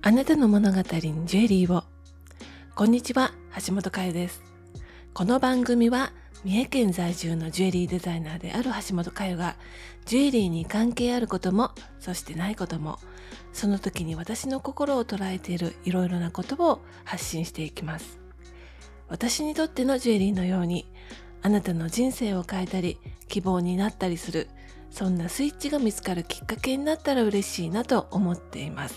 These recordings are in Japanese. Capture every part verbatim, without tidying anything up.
あなたの物語にジュエリーを。こんにちは、橋本佳代です。この番組は三重県在住のジュエリーデザイナーである橋本佳代がジュエリーに関係あることもそしてないことも、その時に私の心を捉えているいろいろなことを発信していきます。私にとってのジュエリーのようにあなたの人生を変えたり希望になったりする、そんなスイッチが見つかるきっかけになったら嬉しいなと思っています。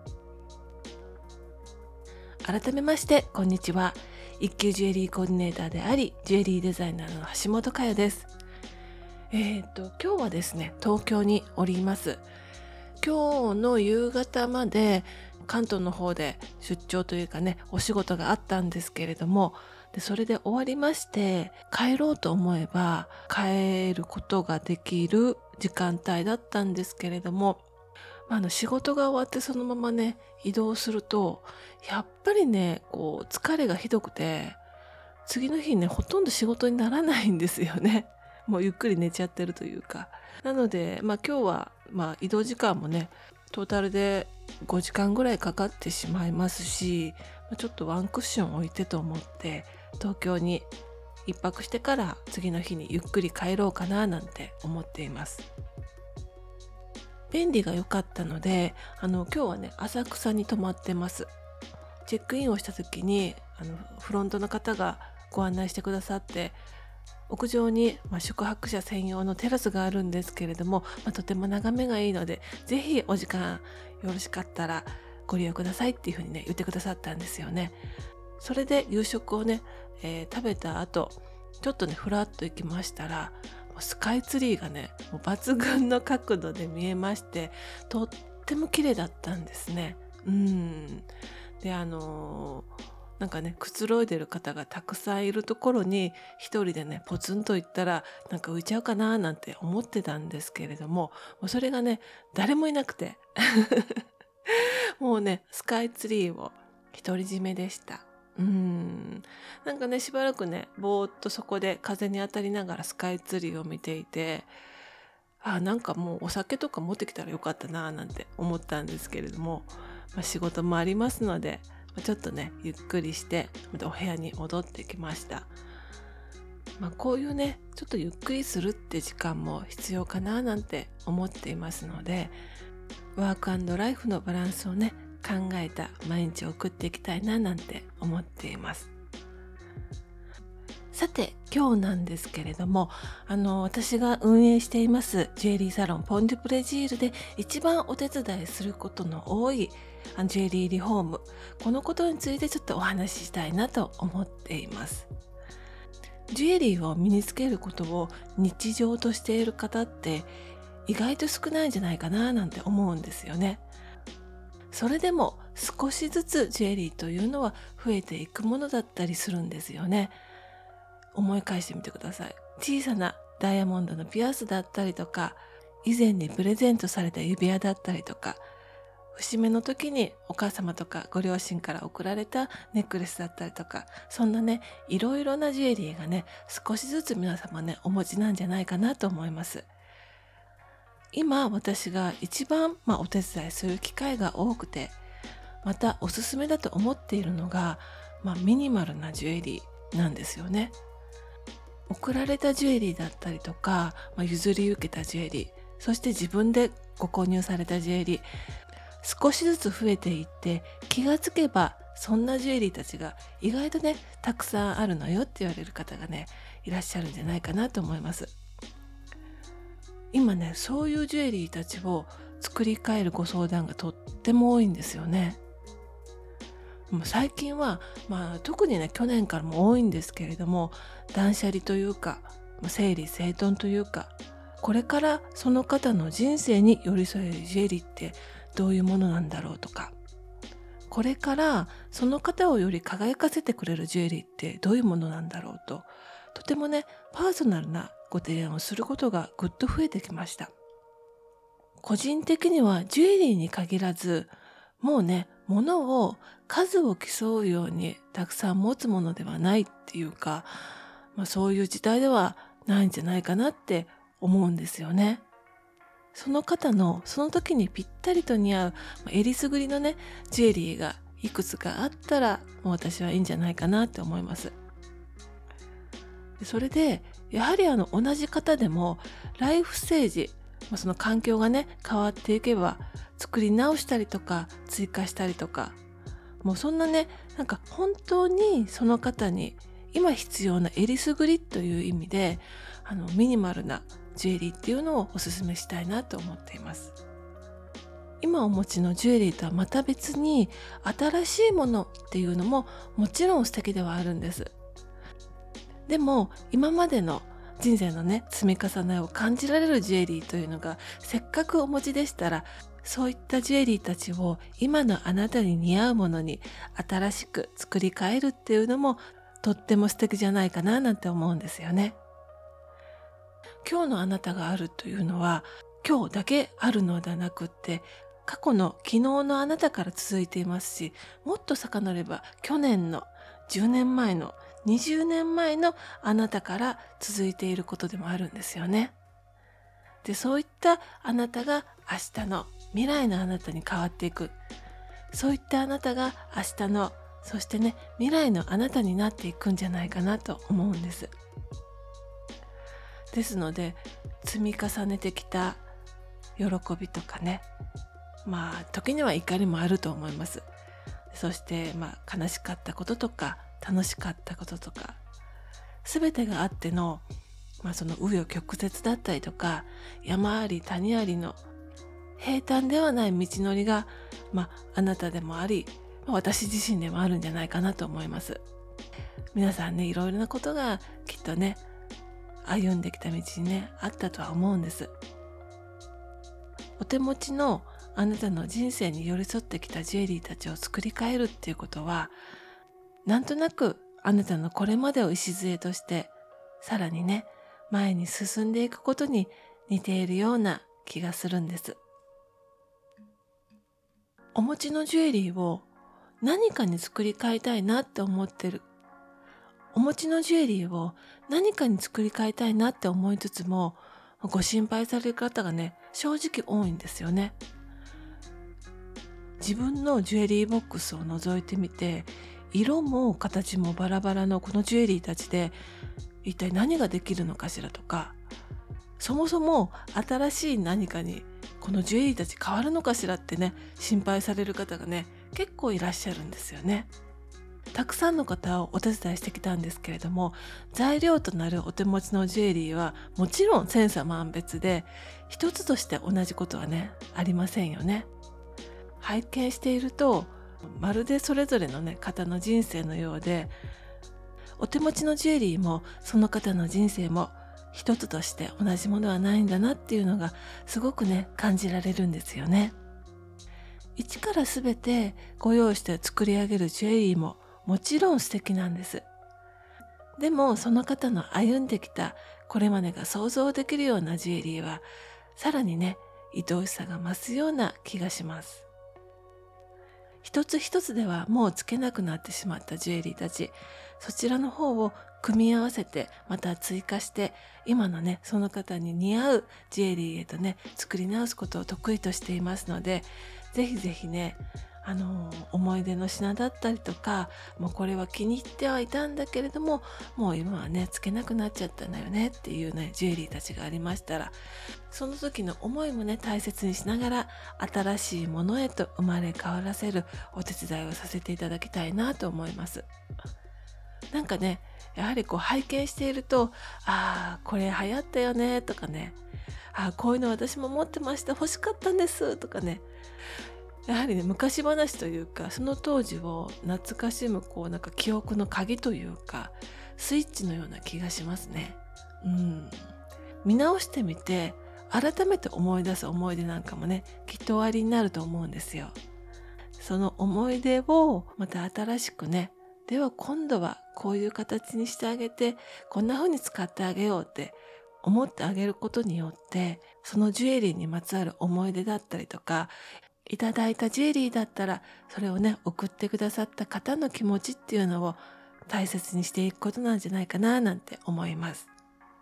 改めましてこんにちは。一級ジュエリーコーディネーターでありジュエリーデザイナーの橋本佳代です。えーと今日はですね、東京におります。今日の夕方まで関東の方で出張というかね、お仕事があったんですけれども、でそれで終わりまして帰ろうと思えば帰ることができる時間帯だったんですけれども、あの仕事が終わってそのままね移動するとやっぱりねこう疲れがひどくて、次の日ねほとんど仕事にならないんですよね。もうゆっくり寝ちゃってるというか。なのでまあ今日はまあ移動時間もねトータルでごじかんぐらいかかってしまいますし、ちょっとワンクッション置いてと思って東京に一泊してから次の日にゆっくり帰ろうかななんて思っています。便利が良かったので、あの今日はね浅草に泊まってます。チェックインをした時にあのフロントの方がご案内してくださって、屋上に、まあ、宿泊者専用のテラスがあるんですけれども、まあ、とても眺めがいいのでぜひお時間よろしかったらご利用くださいっていうふうにね言ってくださったんですよね。それで夕食をね、えー食べた後ちょっとねふらっと行きましたら、スカイツリーがねもう抜群の角度で見えまして、とっても綺麗だったんですね。うんであのーなんかねくつろいでる方がたくさんいるところに一人でねポツンと行ったらなんか浮いちゃうかななんて思ってたんですけれども、もうそれがね誰もいなくてもうねスカイツリーを独り占めでした。うーんなんかねしばらくねぼーっとそこで風に当たりながらスカイツリーを見ていて、あなんかもうお酒とか持ってきたらよかったななんて思ったんですけれども、まあ、仕事もありますので、まあ、ちょっとねゆっくりしてまたお部屋に戻ってきました。まあ、こういうねちょっとゆっくりするって時間も必要かななんて思っていますので、ワーク&ライフのバランスをね考えた毎日を送っていきたいななんて思っています。さて今日なんですけれども、あの私が運営していますジュエリーサロンポンデュプレジールで一番お手伝いすることの多いあのジュエリーリフォーム、このことについてちょっとお話ししたいなと思っています。ジュエリーを身につけることを日常としている方って意外と少ないんじゃないかななんて思うんですよね。それでも少しずつジュエリーというのは増えていくものだったりするんですよね。思い返してみてください。小さなダイヤモンドのピアスだったりとか、以前にプレゼントされた指輪だったりとか、節目の時にお母様とかご両親から贈られたネックレスだったりとか、そんなねいろいろなジュエリーがね少しずつ皆様ねお持ちなんじゃないかなと思います。今私が一番、まあ、お手伝いする機会が多くて、またおすすめだと思っているのが、まあ、ミニマルなジュエリーなんですよね。贈られたジュエリーだったりとか、まあ、譲り受けたジュエリー、そして自分でご購入されたジュエリー、少しずつ増えていって、気がつけばそんなジュエリーたちが意外とねたくさんあるのよって言われる方がねいらっしゃるんじゃないかなと思います。今ねそういうジュエリーたちを作り変えるご相談がとっても多いんですよね。もう最近は、まあ、特にね去年からも多いんですけれども、断捨離というか整理整頓というか、これからその方の人生に寄り添えるジュエリーってどういうものなんだろうとか、これからその方をより輝かせてくれるジュエリーってどういうものなんだろうと、とてもねパーソナルなご提案をすることがぐっと増えてきました。個人的にはジュエリーに限らず、もうね物を数を競うようにたくさん持つものではないっていうか、まあ、そういう時代ではないんじゃないかなって思うんですよね。 その方のその時にぴったりと似合うえりすぐりのねジュエリーがいくつかあったらもう私はいいんじゃないかなって思います。それでやはりあの同じ方でもライフステージ、その環境がね変わっていけば作り直したりとか追加したりとか、もうそんなねなんか本当にその方に今必要なえりすぐりという意味であのミニマルなジュエリーっていうのをおすすめしたいなと思っています。今お持ちのジュエリーとはまた別に新しいものっていうのももちろん素敵ではあるんです。でも今までの人生のね積み重ねを感じられるジュエリーというのがせっかくお持ちでしたら、そういったジュエリーたちを今のあなたに似合うものに新しく作り変えるっていうのもとっても素敵じゃないかななんて思うんですよね。今日のあなたがあるというのは今日だけあるのではなくって、過去の昨日のあなたから続いていますし、もっと遡れば去年のじゅうねんまえのにじゅうねんまえのあなたから続いていることでもあるんですよね。で、そういったあなたが明日の未来のあなたに変わっていく。そういったあなたが明日の、そしてね、未来のあなたになっていくんじゃないかなと思うんです。ですので、積み重ねてきた喜びとかね、まあ時には怒りもあると思います。そしてまあ悲しかったこととか楽しかったこととか、全てがあっての、まあ、その紆余曲折だったりとか山あり谷ありの平坦ではない道のりが、まあ、あなたでもあり、まあ、私自身でもあるんじゃないかなと思います。皆さんね、いろいろなことがきっとね歩んできた道にねあったとは思うんです。お手持ちのあなたの人生に寄り添ってきたジュエリーたちを作り変えるっていうことは、なんとなくあなたのこれまでを礎としてさらにね前に進んでいくことに似ているような気がするんです。お持ちのジュエリーを何かに作り変えたいなって思ってる、お持ちのジュエリーを何かに作り変えたいなって思いつつもご心配される方がね正直多いんですよね。自分のジュエリーボックスを覗いてみて、色も形もバラバラのこのジュエリーたちで一体何ができるのかしらとか、そもそも新しい何かにこのジュエリーたち変わるのかしらってね心配される方がね結構いらっしゃるんですよね。たくさんの方をお手伝いしてきたんですけれども、材料となるお手持ちのジュエリーはもちろん千差万別で一つとして同じことはねありませんよね。拝見しているとまるでそれぞれのね方の人生のようで、お手持ちのジュエリーもその方の人生も一つとして同じものはないんだなっていうのがすごくね感じられるんですよね。一からすべてご用意して作り上げるジュエリーももちろん素敵なんです。でもその方の歩んできたこれまでが想像できるようなジュエリーはさらにね愛おしさが増すような気がします。一つ一つではもうつけなくなってしまったジュエリーたち、そちらの方を組み合わせてまた追加して今のねその方に似合うジュエリーへとね作り直すことを得意としていますので、ぜひぜひねあのー、思い出の品だったりとか、もうこれは気に入ってはいたんだけれどももう今はねつけなくなっちゃったんだよねっていうねジュエリーたちがありましたら、その時の思いもね大切にしながら新しいものへと生まれ変わらせるお手伝いをさせていただきたいなと思います。なんかねやはりこう拝見していると、ああこれ流行ったよねとかね、ああこういうの私も持ってました、欲しかったんですとかね、やはりね昔話というかその当時を懐かしむこうなんか記憶の鍵というかスイッチのような気がしますね。うん、見直してみて改めて思い出す思い出なんかもねきっとおありになると思うんですよ。その思い出をまた新しくね、では今度はこういう形にしてあげてこんな風に使ってあげようって思ってあげることによって、そのジュエリーにまつわる思い出だったりとか、いただいたジュエリーだったらそれをね送ってくださった方の気持ちっていうのを大切にしていくことなんじゃないかななんて思います。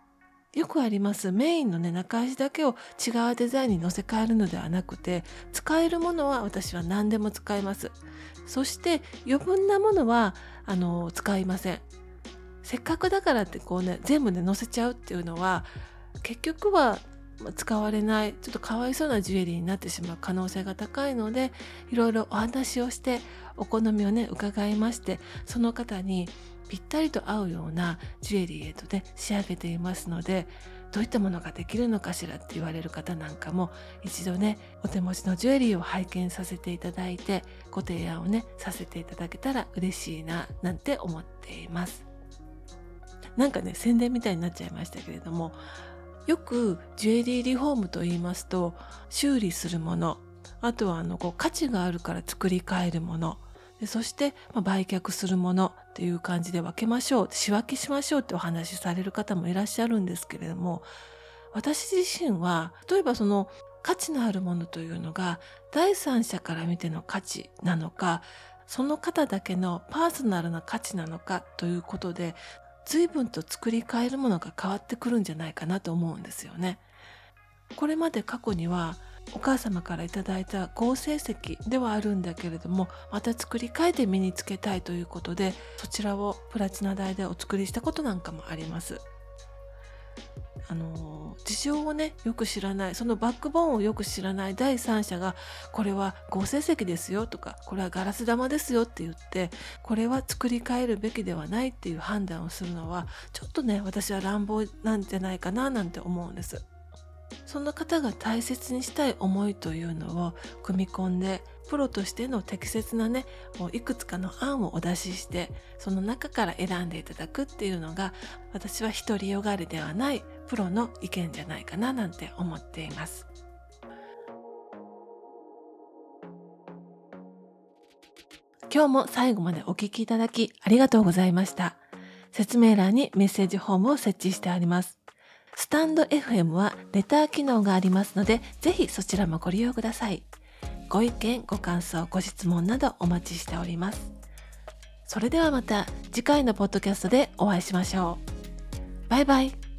よくありますメインのね中足だけを違うデザインに乗せ替えるのではなくて、使えるものは私は何でも使います。そして余分なものはあの使いません。せっかくだからってこうね全部で乗せちゃうっていうのは結局は使われない、ちょっとかわいそうなジュエリーになってしまう可能性が高いので、いろいろお話をしてお好みをね伺いまして、その方にぴったりと合うようなジュエリーへとね仕上げていますので、どういったものができるのかしらって言われる方なんかも一度ねお手持ちのジュエリーを拝見させていただいてご提案をねさせていただけたら嬉しいななんて思っています。なんかね宣伝みたいになっちゃいましたけれども、よくジュエリーリフォームと言いますと、修理するもの、あとはあのこう価値があるから作り変えるもので、そしてまあ売却するものっていう感じで分けましょう、仕分けしましょうってお話しされる方もいらっしゃるんですけれども、私自身は例えばその価値のあるものというのが第三者から見ての価値なのか、その方だけのパーソナルな価値なのかということで、随分と作り変えるものが変わってくるんじゃないかなと思うんですよね。これまで過去にはお母様からいただいた好成績ではあるんだけれども、また作り変えて身につけたいということで、そちらをプラチナ代でお作りしたことなんかもあります。あの事情をねよく知らない、そのバックボーンをよく知らない第三者が、これは好成績ですよとか、これはガラス玉ですよって言って、これは作り変えるべきではないっていう判断をするのはちょっとね私は乱暴なんじゃないかななんて思うんです。そんな方が大切にしたい思いというのを組み込んで、プロとしての適切なねいくつかの案をお出しして、その中から選んでいただくっていうのが、私は独りよがりではないプロの意見じゃないかななんて思っています。今日も最後までお聞きいただきありがとうございました。説明欄にメッセージフォームを設置してあります。スタンド エフエム はレター機能がありますので、ぜひそちらもご利用ください。ご意見、ご感想、ご質問などお待ちしております。それではまた次回のポッドキャストでお会いしましょう。バイバイ。